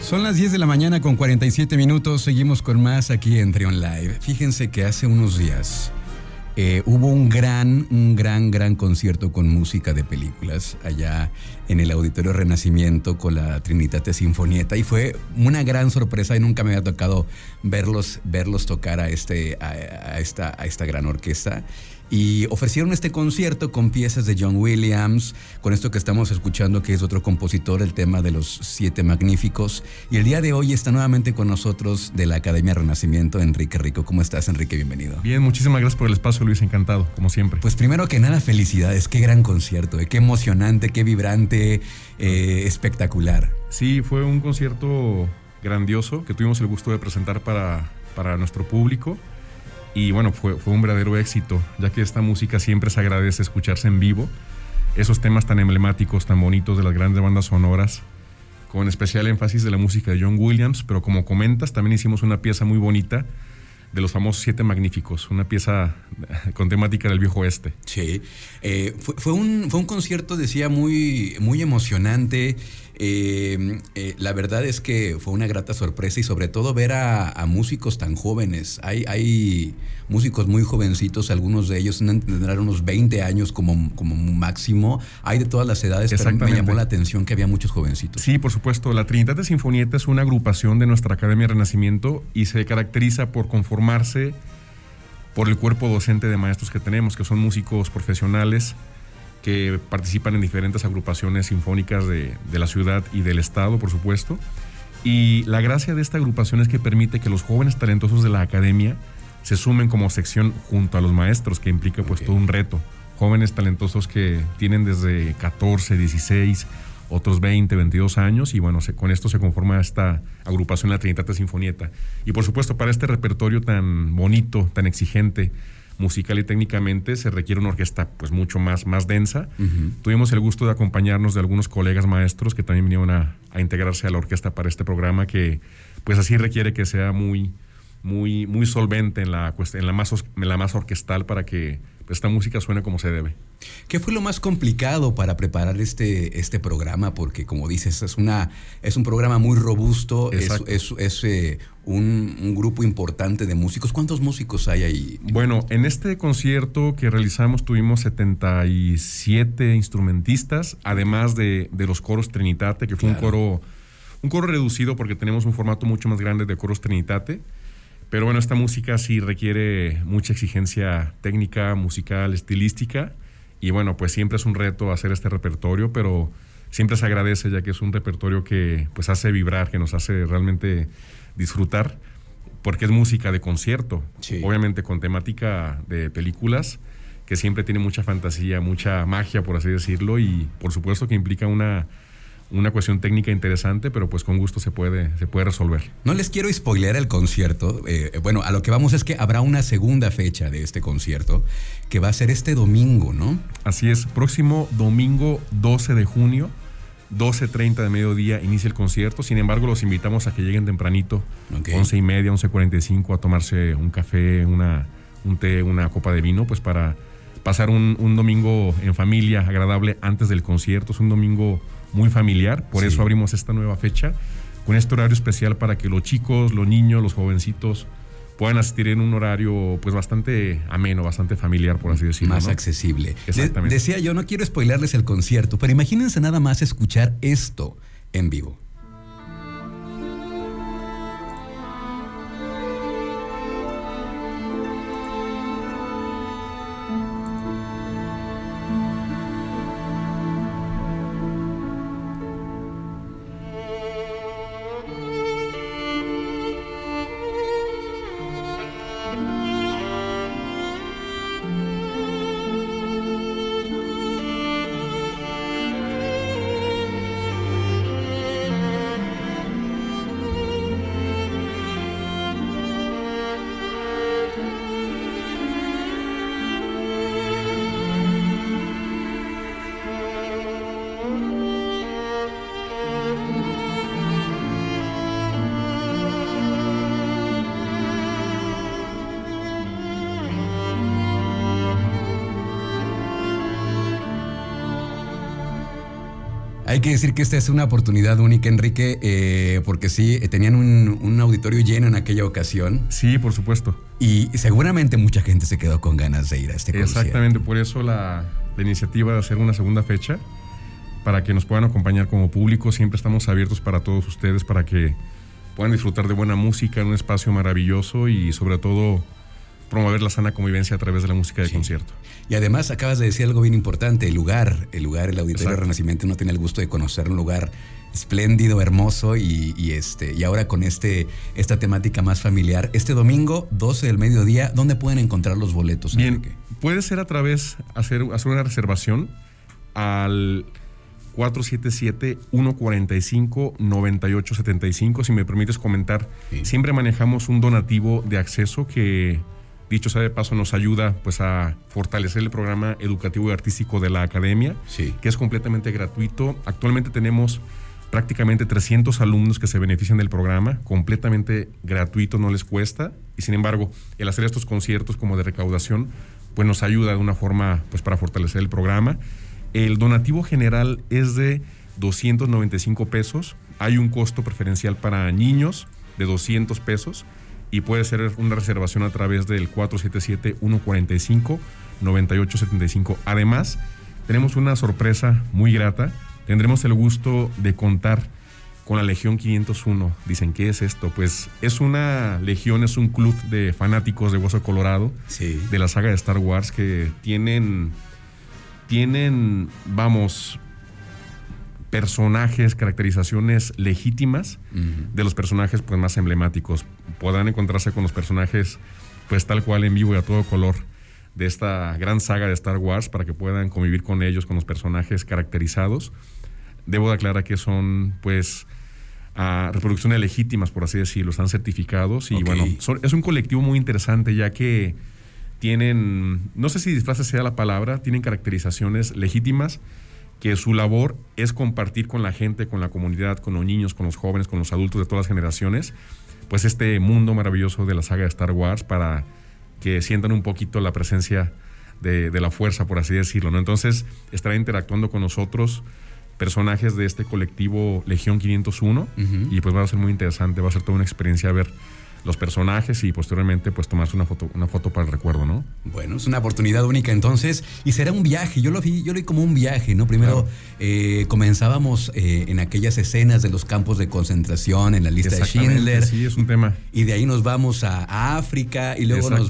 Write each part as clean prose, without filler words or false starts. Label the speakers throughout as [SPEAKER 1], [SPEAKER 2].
[SPEAKER 1] Son las 10 de la mañana con 47 minutos. Seguimos con más aquí en Trion Live. Fíjense que hace unos días hubo un gran concierto con música de películas allá en el Auditorio Renacimiento con la Trinitate Sinfonietta, y fue una gran sorpresa y nunca me había tocado verlos tocar a esta gran orquesta. Y ofrecieron este concierto con piezas de John Williams, con esto que estamos escuchando, que es otro compositor, el tema de los Siete Magníficos. Y el día de hoy está nuevamente con nosotros de la Academia Renacimiento, Enrique Rico. ¿Cómo estás, Enrique? Bienvenido.
[SPEAKER 2] Bien, muchísimas gracias por el espacio, Luis. Encantado, como siempre.
[SPEAKER 1] Pues primero que nada, felicidades. Qué gran concierto, qué emocionante, qué vibrante, espectacular.
[SPEAKER 2] Sí, fue un concierto grandioso que tuvimos el gusto de presentar para nuestro público. Y bueno, fue un verdadero éxito, ya que esta música siempre se agradece escucharse en vivo. Esos temas tan emblemáticos, tan bonitos de las grandes bandas sonoras, con especial énfasis de la música de John Williams. Pero como comentas, también hicimos una pieza muy bonita de los famosos Siete Magníficos, una pieza con temática del Viejo Oeste.
[SPEAKER 1] Sí, fue un concierto, decía, muy emocionante. La verdad es que fue una grata sorpresa, y sobre todo ver a músicos tan jóvenes. Hay músicos muy jovencitos, algunos de ellos tendrán unos 20 años como máximo. Hay de todas las edades, pero me llamó la atención que había muchos jovencitos.
[SPEAKER 2] Sí, por supuesto. La Trinitate Sinfonietta es una agrupación de nuestra Academia Renacimiento y se caracteriza por conformarse por el cuerpo docente de maestros que tenemos, que son músicos profesionales que participan en diferentes agrupaciones sinfónicas de la ciudad y del estado, por supuesto. Y la gracia de esta agrupación es que permite que los jóvenes talentosos de la academia se sumen como sección junto a los maestros, que implica pues todo un reto. Jóvenes talentosos que tienen desde 14, 16, otros 20, 22 años, y bueno, con esto se conforma esta agrupación, la Trinitate Sinfonietta. Y por supuesto, para este repertorio tan bonito, tan exigente, musical y técnicamente, se requiere una orquesta pues mucho más densa. Uh-huh. Tuvimos el gusto de acompañarnos de algunos colegas maestros que también vinieron a integrarse a la orquesta para este programa, que pues así requiere que sea muy solvente en la más orquestal, para que pues esta música suene como se debe.
[SPEAKER 1] ¿Qué fue lo más complicado para preparar este programa? Porque, como dices, es un programa muy robusto, es un grupo importante de músicos. ¿Cuántos músicos hay ahí?
[SPEAKER 2] Bueno, en este concierto que realizamos tuvimos 77 instrumentistas, además de los coros Trinitate, que fue un coro reducido porque tenemos un formato mucho más grande de coros Trinitate. Pero bueno, esta música sí requiere mucha exigencia técnica, musical, estilística. Y bueno, pues siempre es un reto hacer este repertorio, pero siempre se agradece, ya que es un repertorio que pues hace vibrar, que nos hace realmente disfrutar, porque es música de concierto, sí. Obviamente con temática de películas, que siempre tiene mucha fantasía, mucha magia, por así decirlo, y por supuesto que implica una cuestión técnica interesante, pero pues con gusto se puede resolver.
[SPEAKER 1] No les quiero spoilear el concierto. Bueno, a lo que vamos es que habrá una segunda fecha de este concierto, que va a ser este domingo, ¿no?
[SPEAKER 2] Así es, próximo domingo 12 de junio, 12:30 de mediodía inicia el concierto. Sin embargo, los invitamos a que lleguen tempranito, 11:30, 11:45, a tomarse un café, un té, una copa de vino, pues para pasar un domingo en familia agradable antes del concierto. Es un domingo muy familiar, por eso abrimos esta nueva fecha con este horario especial, para que los chicos, los niños, los jovencitos puedan asistir en un horario pues bastante ameno, bastante familiar, por así decirlo.
[SPEAKER 1] Más accesible.
[SPEAKER 2] Exactamente.
[SPEAKER 1] Decía yo, no quiero spoilearles el concierto, pero imagínense nada más escuchar esto en vivo. Hay que decir que esta es una oportunidad única, Enrique, porque sí, tenían un auditorio lleno en aquella ocasión.
[SPEAKER 2] Sí, por supuesto.
[SPEAKER 1] Y seguramente mucha gente se quedó con ganas de ir a este concierto.
[SPEAKER 2] Exactamente, por eso la iniciativa de hacer una segunda fecha, para que nos puedan acompañar como público. Siempre estamos abiertos para todos ustedes, para que puedan disfrutar de buena música en un espacio maravilloso y sobre todo promover la sana convivencia a través de la música de concierto.
[SPEAKER 1] Y además acabas de decir algo bien importante, el lugar, el Auditorio
[SPEAKER 2] Exacto.
[SPEAKER 1] Renacimiento. Uno tiene el gusto de conocer un lugar espléndido, hermoso y ahora con esta temática más familiar. Este domingo, 12 del mediodía, ¿dónde pueden encontrar los boletos,
[SPEAKER 2] Bien,
[SPEAKER 1] Enrique?
[SPEAKER 2] puede ser a través, hacer una reservación al 477-145-9875. Si me permites comentar,
[SPEAKER 1] Sí.
[SPEAKER 2] Siempre manejamos un donativo de acceso que, dicho sea de paso, nos ayuda pues a fortalecer el programa educativo y artístico de la academia,
[SPEAKER 1] Sí.
[SPEAKER 2] que es completamente gratuito. Actualmente tenemos prácticamente 300 alumnos que se benefician del programa, completamente gratuito, no les cuesta, y sin embargo, el hacer estos conciertos como de recaudación, pues nos ayuda de una forma pues para fortalecer el programa. El donativo general es de 295 pesos, hay un costo preferencial para niños de 200 pesos, y puede ser una reservación a través del 477-145-9875. Además, tenemos una sorpresa muy grata. Tendremos el gusto de contar con la Legión 501. Dicen, ¿qué es esto? Pues es una legión, es un club de fanáticos de Hueso Colorado,
[SPEAKER 1] Sí.
[SPEAKER 2] de la saga de Star Wars, que tienen, vamos, personajes, caracterizaciones legítimas de los personajes pues más emblemáticos. Podrán encontrarse con los personajes pues tal cual en vivo y a todo color de esta gran saga de Star Wars, para que puedan convivir con ellos, con los personajes caracterizados. Debo de aclarar que son pues reproducciones legítimas, por así decirlo, están certificados y
[SPEAKER 1] Ok.
[SPEAKER 2] bueno, es un colectivo muy interesante, ya que tienen, no sé si disfraces sea la palabra, tienen caracterizaciones legítimas, que su labor es compartir con la gente, con la comunidad, con los niños, con los jóvenes, con los adultos de todas las generaciones, pues este mundo maravilloso de la saga de Star Wars, para que sientan un poquito la presencia de la fuerza, por así decirlo, ¿no? Entonces estará interactuando con nosotros personajes de este colectivo Legión 501 y pues va a ser muy interesante, va a ser toda una experiencia ver los personajes y posteriormente pues tomarse una foto para el recuerdo, ¿no?
[SPEAKER 1] Bueno, es una oportunidad única entonces, y será un viaje. Yo lo vi como un viaje, ¿no? Primero comenzábamos en aquellas escenas de los campos de concentración, en la lista de Schindler.
[SPEAKER 2] Sí, es un tema.
[SPEAKER 1] Y de ahí nos vamos a África, y luego nos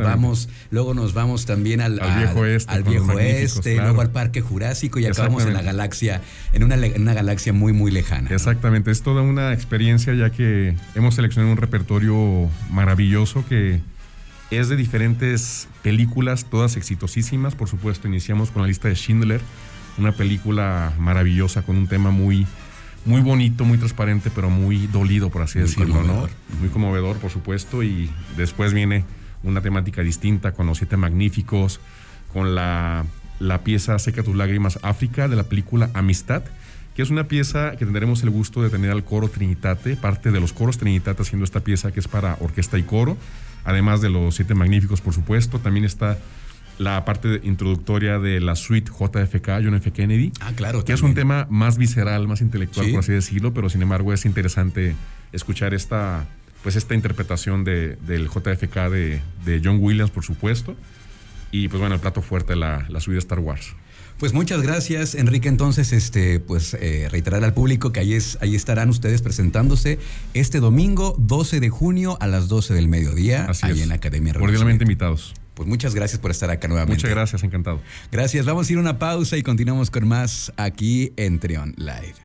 [SPEAKER 1] vamos también al
[SPEAKER 2] viejo oeste,
[SPEAKER 1] al
[SPEAKER 2] con los
[SPEAKER 1] viejo
[SPEAKER 2] magníficos,
[SPEAKER 1] oeste,
[SPEAKER 2] claro.
[SPEAKER 1] luego al Parque Jurásico, y acabamos en la galaxia, en una galaxia muy, muy lejana, ¿no?
[SPEAKER 2] Exactamente, es toda una experiencia, ya que hemos seleccionado un repertorio maravilloso que es de diferentes películas, todas exitosísimas. Por supuesto, iniciamos con la lista de Schindler, una película maravillosa con un tema muy, muy bonito, muy transparente, pero muy dolido, por así decirlo,
[SPEAKER 1] conmovedor,
[SPEAKER 2] ¿no? Muy conmovedor, por supuesto, y después viene una temática distinta con Los Siete Magníficos, con la pieza Seca tus lágrimas, África, de la película Amistad, que es una pieza que tendremos el gusto de tener al coro Trinitate, parte de los coros Trinitate haciendo esta pieza, que es para orquesta y coro, además de Los Siete Magníficos, por supuesto. También está la parte introductoria de la suite JFK, John F. Kennedy,
[SPEAKER 1] Claro,
[SPEAKER 2] que es un tema más visceral, más intelectual,
[SPEAKER 1] Sí.
[SPEAKER 2] por así decirlo, pero sin embargo es interesante escuchar esta interpretación del JFK de John Williams, por supuesto, y pues bueno, el plato fuerte, la suite de Star Wars.
[SPEAKER 1] Pues muchas gracias, Enrique. Entonces, reiterar al público que ahí estarán ustedes presentándose este domingo, 12 de junio a las 12 del mediodía,
[SPEAKER 2] Así
[SPEAKER 1] ahí
[SPEAKER 2] es.
[SPEAKER 1] en la Academia
[SPEAKER 2] Cordialmente
[SPEAKER 1] Renacimiento.
[SPEAKER 2] invitados.
[SPEAKER 1] Pues muchas gracias por estar acá nuevamente.
[SPEAKER 2] Muchas gracias, encantado.
[SPEAKER 1] Gracias. Vamos a ir a una pausa y continuamos con más aquí en Trión Live.